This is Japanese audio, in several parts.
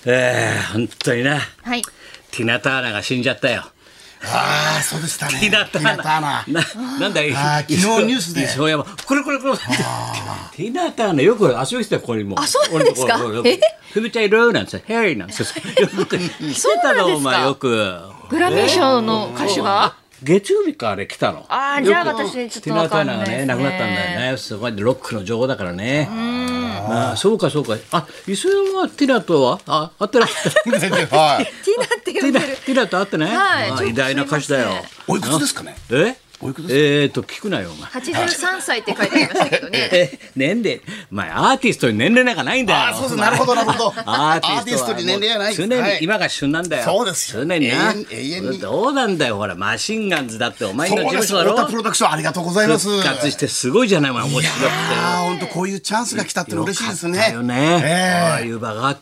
本当にな、 はい。 ティナ・ターナーが死んじゃったよ。 ああ、そうでしたね。 ティナ・ターナー。なんだい。 昨日ニュースで。 磯山、これ。ティナ・ターナーよく遊びしてた、ここにも。 あ、そうなんですか。 ふみちゃんいるなんて、ヘイなんて。よくしてたの、お前よく。 グラミー賞の歌手が。 月曜日かあれ来たの。 ああ、じゃあ私ちょっとわかんないですね。 ティナ・ターナーがね、亡くなったんだよね。すごいロックの女王だからね。ああ、そうか。あ、磯山はティナとは会ってなかった。 はい。 ティナって呼んでる。 ティナと会ってね。偉大な歌手だよ。 おいくつですかね。おいくつ聞くなよお前。 83歳って書いてありましたけどね。 年齢、前アーティストに年齢なんかないんだよ。 あ、そうです。なるほど。アーティストに年齢はない。 常に今が旬なんだよ。 そうですよ。 常にな。 永遠に。 どうなんだよ、ほらマシンガンズだってお前の事務所だろ。 太田プロダクションありがとうございます。 復活してすごいじゃない、面白くて。 本当こういうチャンスが来たって嬉しいですね。 だよね。ああいう場があって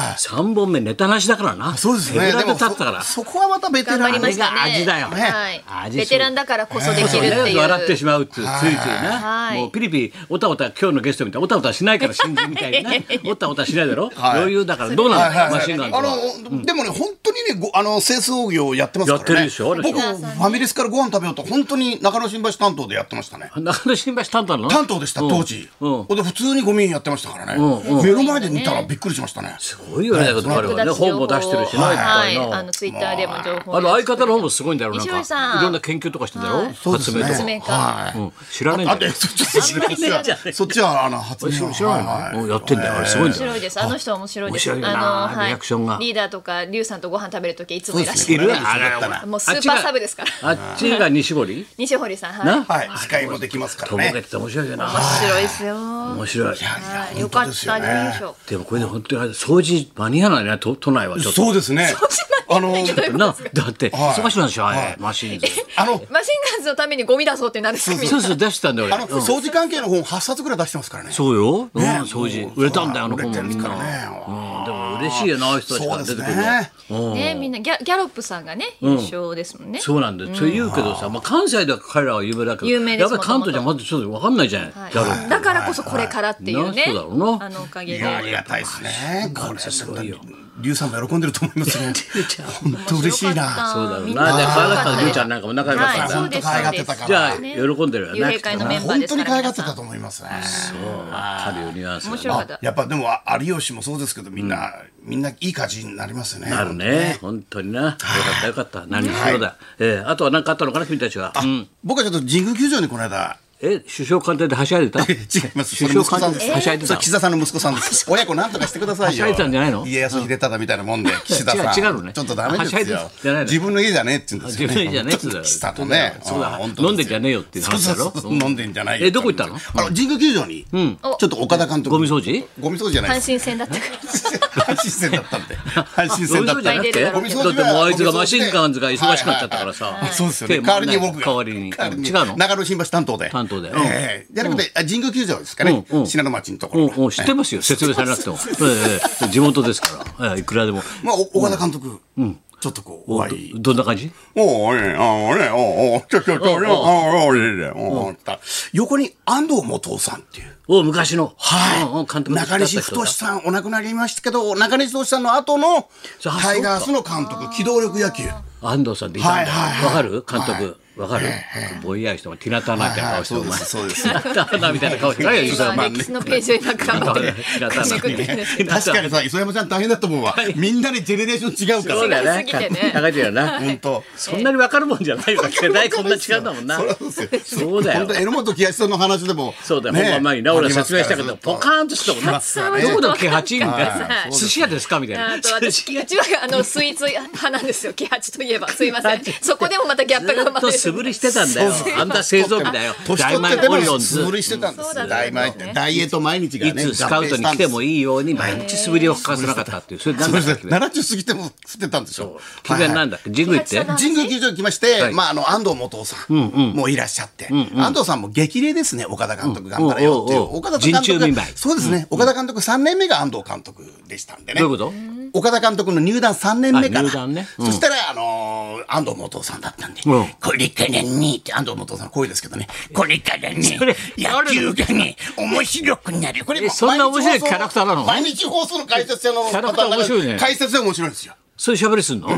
、3本目ネタなしだからな。 そうですね。 でもそこはまたベテランが味だよ。 ベテランだからこそできるっていう。 笑ってしまうってついな、もうピリピリおたおた今日のゲストみたいなおたおたしないから新人みたいになおたおたしないだろ、余裕だからどうなのマシンガンズは。 でもね本当にね清掃業やってますからね。 やってるでしょ。 僕ファミレスからご飯食べようと本当に中野新橋担当でやってましたね。 中野新橋担当なの？ 担当でした当時。で普通にゴミやってましたからね。目の前で見たらびっくりしましたね。 すごいよね。本も出してるしな、いっぱいな。 ツイッターでも情報。 相方の方もすごいんだろう。なんかいろんな研究とかしてんだろ。発明とか。知らないんだよ。 そっちは発明知らないの？やってんだよ。あれすごいんだよ。 面白いです。あの人は面白いです。 リアクションがリーダーとかリュウさんとご飯食べるときいつもいらっしゃる。もうスーパーサブですから。 あっちが西堀さん。 はい。司会もできますからね。 とぼけて面白いよな。 面白いですよ。 面白い。 よかった優勝。 でもこれで本当に掃除間に合わないね。都内はちょっと。 そうですね。 だって忙しいなんでしょ、マシンズ。 マシンガンズのためにゴミ出そうってなんですか。 そう出したんだよ。 掃除関係の本8冊ぐらい出してますからね。 そうよ。掃除売れたんだよ、あの本もみんな。でも嬉しいよな、あの人たちが出てくるの。 ね、みんなギャロップさんがね優勝ですもんね。 そうなんだよ。そう言うけどさ、関西では彼らは有名だけど、やっぱり関東じゃまずちょっと分かんないじゃない。 だからこそこれからっていうね。あのおかげで。 ありがたいですね。これすごいよ。リュウさんも喜んでると思いますね。本当嬉しいな。 そうだろうな。で可愛がったリュウちゃんなんかも仲良かったんだ。 本当可愛がってたから。 じゃあ喜んでるよね。 本当に可愛がってたと思いますね。 そう。あるよニュアンス。 面白かった。 やっぱでも有吉もそうですけどみんないい感じになりますよね。 なるね。本当にな。よかった。何しろだ。あとは何かあったのかな君たちは。 僕はちょっと神宮球場にこの間。 首相官邸ではしゃいでた？ 違います。 首相官邸ではしゃいでた。 岸田さんの息子さんです。親子なんとかしてくださいよ。 はしゃいでたんじゃないの？ 家康秀忠みたいなもんで岸田さん。 違うのね。 ちょっとダメですよ。自分の家じゃねえって言うんですよ。 自分の家じゃねえって言うんだよ。 岸田とね。 そうだ。飲んでんじゃねえよっていう話だろ。 飲んでんじゃないよ。 どこ行ったの？ 神宮球場に。ちょっと岡田監督。 ゴミ掃除？ ゴミ掃除じゃない。 阪神戦だったから。 阪神戦だったんで。阪神戦だった。 だってもうあいつがマシンガンズが忙しくなっちゃったからさ。 そうですよね。代わりに僕が。 代わりに。違うの？ 長野新橋担当で。 担当で。 じゃなくて神宮球場ですかね。信濃町のところ。 知ってますよ。説明されなくても。地元ですから。いくらでも。 まあ岡田監督。ちょっとこうお会い。 どんな感じ？ 横に安藤元さんっていう。 昔の。 はい。中西太さんお亡くなりましたけど、中西太さんの後のタイガースの監督、機動力野球。 安藤さんっていたんだ。わかる？監督。わかる？ぼんやりしてもティナターナみたいな顔してお前。 そうです。 ティナターナみたいな顔してないよ。 歴史のページを今頑張って確かにさ、磯山ちゃん大変だと思うわ。みんなにジェネレーション違うから。 そうだよね。高いよな。本当。そんなにわかるもんじゃないよ。世代こんな違うんだもんな。そうだよ。 本当榎本喜八さんの話でも。 そうだよ。本番前にな俺は説明したけどポカーンとしたもんな。どこの喜八みたいな。寿司屋ですかみたいな。 うちはスイーツ派なんですよ。喜八といえばすいません。そこでもまたギャップが生まれる。 素振りしてたんだよ。あんな製造機だよ。 大前オリオンズ素振りしてたんですよ。大前ってダイエット毎日がね。 いつスカウトに来てもいいように毎日素振りを欠かせなかったっていう。それなんだっけ ？70過ぎても振ってたんでしょ。 君はなんだっけ？神宮行って？ 神宮球場に来まして、安藤元さんもいらっしゃって、安藤さんも激励ですね。岡田監督頑張れよっていう。岡田監督。そうですね。岡田監督3年目が安藤監督でしたんでね。 どういうこと？ 岡田監督の入団3年目から。 入団ね。 そしたら、安藤元さんだったんで、これからね、って安藤元さん声ですけどね、これからね、野球がね、面白くなる。これそんな面白いキャラクターなの？ 毎日放送の解説者の方が解説で面白いんですよ。 そういう喋りすんの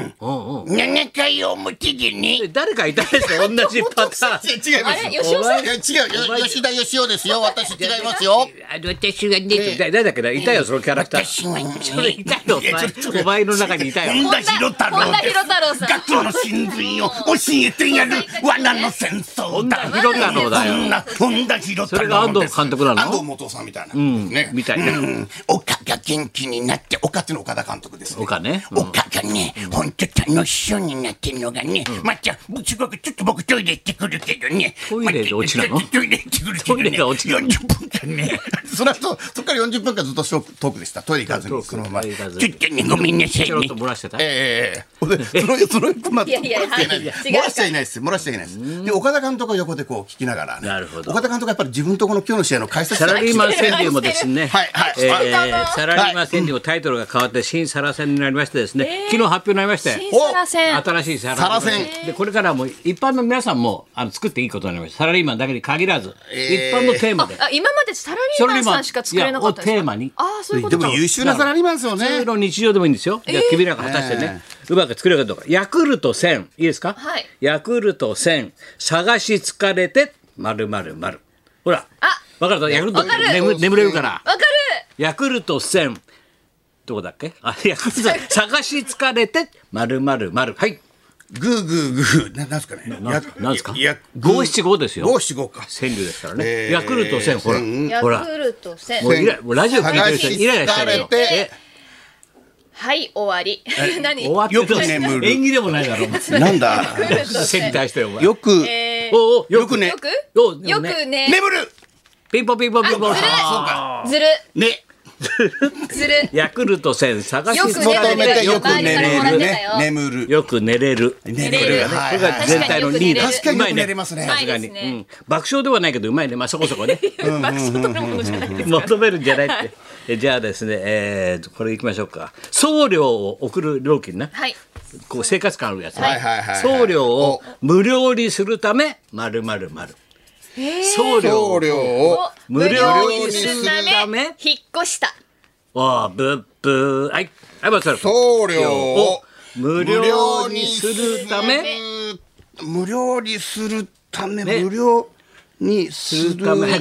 7回表でね。 誰かいたんですか？同じパターン。 違います。 あれ吉尾さん？ 違う、吉田義雄ですよ。私違いますよ。 私がね、誰だっけな、いたよ、そのキャラクター。 私はね、 それいたよ、お前の中にいたよ。 本田博太郎本田博太郎さん。 学校の真髄を教えてやる罠の戦争だ。 本田博太郎だよ。 本田博太郎。 それが安藤監督なの？ 安藤元さんみたいな。ね。 みたいな。 岡が元気になって、岡っていうの岡田監督ですね。 岡ね。 岡がね、本当楽しそうになってるのがね、また、ちょっと僕トイレ行ってくるけどね。 トイレで落ちなの？ トイレ行ってくるけどね。 トイレが落ちなの 40分間ね。その後、そっから40分間ずっとトークでした。トイレ行かずに、そのまま。ちょっとね、ごめんなさいね。 ちょろっと漏らしてた。 その、まあ、 いや漏らしちゃいないです。漏らしちゃいないです。で、岡田監督が横でこう聞きながらね。 なるほど。 岡田監督がやっぱり自分とこの今日の試合の解説サラリーマン川柳もですね。 はい。 サラリーマン川柳もタイトルが変わって新サラ戦になりましてですね。昨日発表になりまして。 新サラ戦。 新しいサラ戦。で、これからも一般の皆さんも作っていいことになりました。サラリーマンだけに限らず、一般のテーマで。 今までサラリーマンさんしか作れなかったんですか？ テーマに。 そういうことか。 でも優秀なサラリーマンですよね。 普通の日常でもいいんですよ。じゃあ君らが果たしてね、うまく作れるかどうか。ヤクルト1000、いいですか？ はい。 ヤクルト1000、探し疲れて、〇〇〇。ほら。わかる？ヤクルト眠れるから。 わかる。 ヤクルト1000、どこだっけ？ヤクルト探し疲れて、〇〇〇。はい。 グー。なんですかね。 なんですか？575ですよ。 575か。 川柳ですからね。ヤクルト1000、ほら。 ヤクルト1000。 もうラジオ聞いてる人イライラしちゃうよ。 はい終わり。何？ 終わってよく眠る。 演技でもないだろう。 なんだ。 線に対してお前。 よくよくね。 よくね。 眠る。 ピンポン。 ずる。 ね。 ずる。 ヤクルト1000探し求めてよく寝れるね。眠る。 よく寝れる。 寝れる。これが全体の2位です。 確かに寝れますね。 確かに。爆笑ではないけどうまいね。まあそこそこね。 爆笑取るものじゃないです。 求めるんじゃないって。じゃあですね、これいきましょうか。送料を送る料金な。 はい。 こう生活感あるやつ。 送料を無料にするため〇〇〇。送料を無料にするため引っ越した。 ブッブー。はい。 送料を無料にするため。 無料にするため。無料にするため。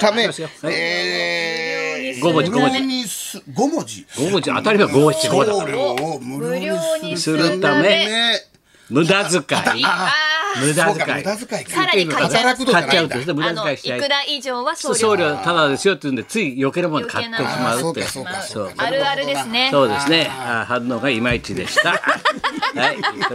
5文字。 5文字。 当たり前5文字。 送料を無料にするため。無駄遣い。無駄遣い。 さらに書いちゃう。 買っちゃうと無駄遣いしちゃう。 いくら以上は送料ただですよって言うんでつい余計なもの買ってしまうって。 あるあるですね。 そうですね。反応がいまいちでした。はい。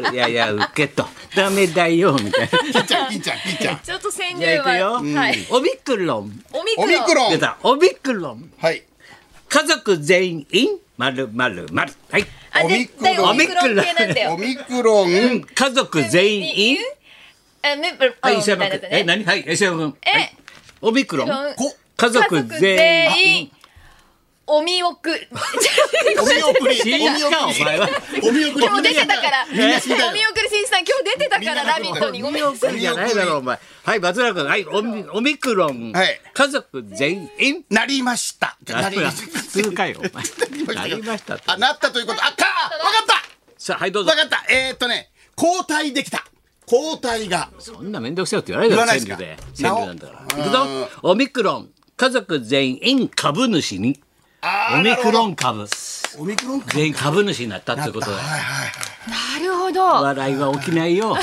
いや受けとダメだよみたいな。 金ちゃん。 ちょっと川柳は。 オミクロン。出た。オミクロン。 はい。 家族全員〇〇〇。はい。 絶対オミクロン系なんだよ。 オミクロン。 家族全員。はい、何？はい、石山君。オミクロン。家族全員。 お見送り。 お見送り。 お見送り。 今日出てたから。お見送りしんさん今日出てたからラビットに。 お見送りじゃないだろお前。はい、松浦君。はい、オミクロン。家族全員。 なりました。 普通かよ。なりました。 なったということ。わかった。 さあ、はい、どうぞ。 わかった。交代できた。交代が。 そんなめんどくせえって言わないだろ、川柳で。川柳なんだから。いくぞ。オミクロン。家族全員株主に。オミクロン株。全員株主になったってことだ。 なるほど。 笑いは起きないよ。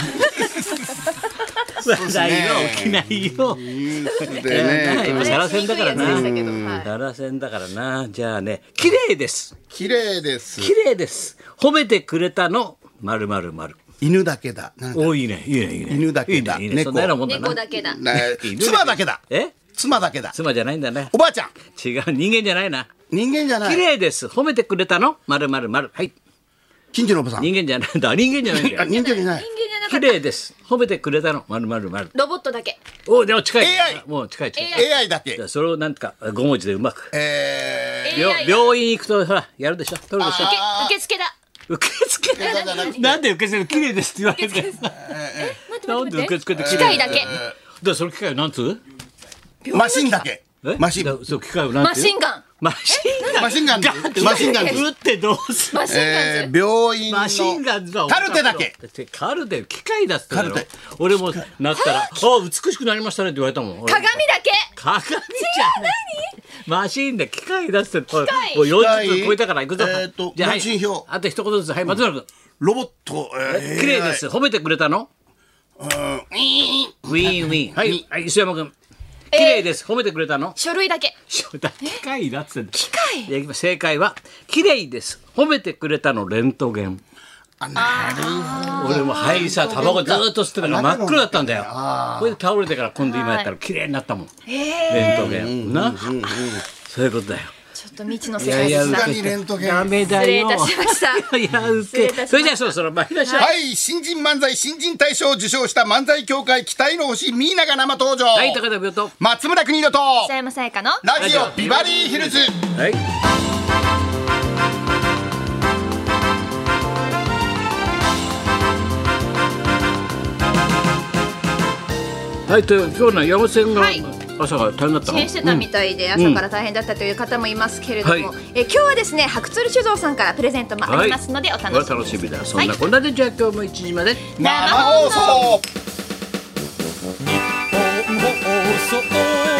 笑いは起きないよ。サラセンだからな。サラセンだからな。じゃあね、綺麗です。 綺麗です。 褒めてくれたの〇〇〇。 犬だけだ。 おいいね。 犬だけだ。 猫だけだ。 妻だけだ。妻だけだ。 妻じゃないんだね。 おばあちゃん。 違う、人間じゃないな。 人間じゃない。 綺麗です。褒めてくれたの〇〇〇。はい。 近所のおばさん。 人間じゃないんだ。人間じゃないんだよ。 人間じゃない。 綺麗です褒めてくれたの〇〇〇。 ロボットだけ。 おでも近い。 AI もう近い。 AI だけじゃあそれをなんとか5文字でうまく。 AI 病院行くとほらやるでしょ取るでしょ。 受付だ。 受付なんで受付綺麗ですって言われてる。なんで受付って機械だけ。 でその機械をなんつう？ マシンだけ。マシン。 そう機械をなんつう？ マシンガン。 マシンガンズ。マシンガンズ。 打ってどうする？ マシンガンズ。 病院のマシンガンズはカルテだけ。 カルテ機械だってだろ。俺もなったら美しくなりましたねって言われたもん。 鏡だけ。 鏡じゃない。マシンで機械出してもう40分超えたから行くぞ。じゃあマシン表。 あと一言ずつはい松村君。 ロボット。 綺麗です褒めてくれたの？ウィーンウィーンはい磯山君。綺麗です褒めてくれたの？ 書類だけ。 機械だっつって。 機械。 正解は綺麗です褒めてくれたのレントゲン。俺も肺さタバコずっと吸ってたから真っ黒だったんだよ。これで倒れてから今度今やったら綺麗になったもん。レントゲンな。そういうことだよ。 ちょっと未知の世界でした。 ダメだよ。 失礼いたしました。 いや受け。それじゃあそろそろ参りましょう。 はい、新人漫才新人大賞を受賞した漫才協会期待の星ミーナが生登場。 はい高田病と松村邦洋と北山さやかのラジオビバリーヒルズ。 はい。はい、という今日の山線が朝が大変だったの。 遅延してたみたいで朝から大変だったという方もいますけれども、今日はですね白鶴酒造さんからプレゼントもありますのでお楽しみに。 楽しみだ。そんなこんなでじゃあ今日も1時まで生放送。 日本放送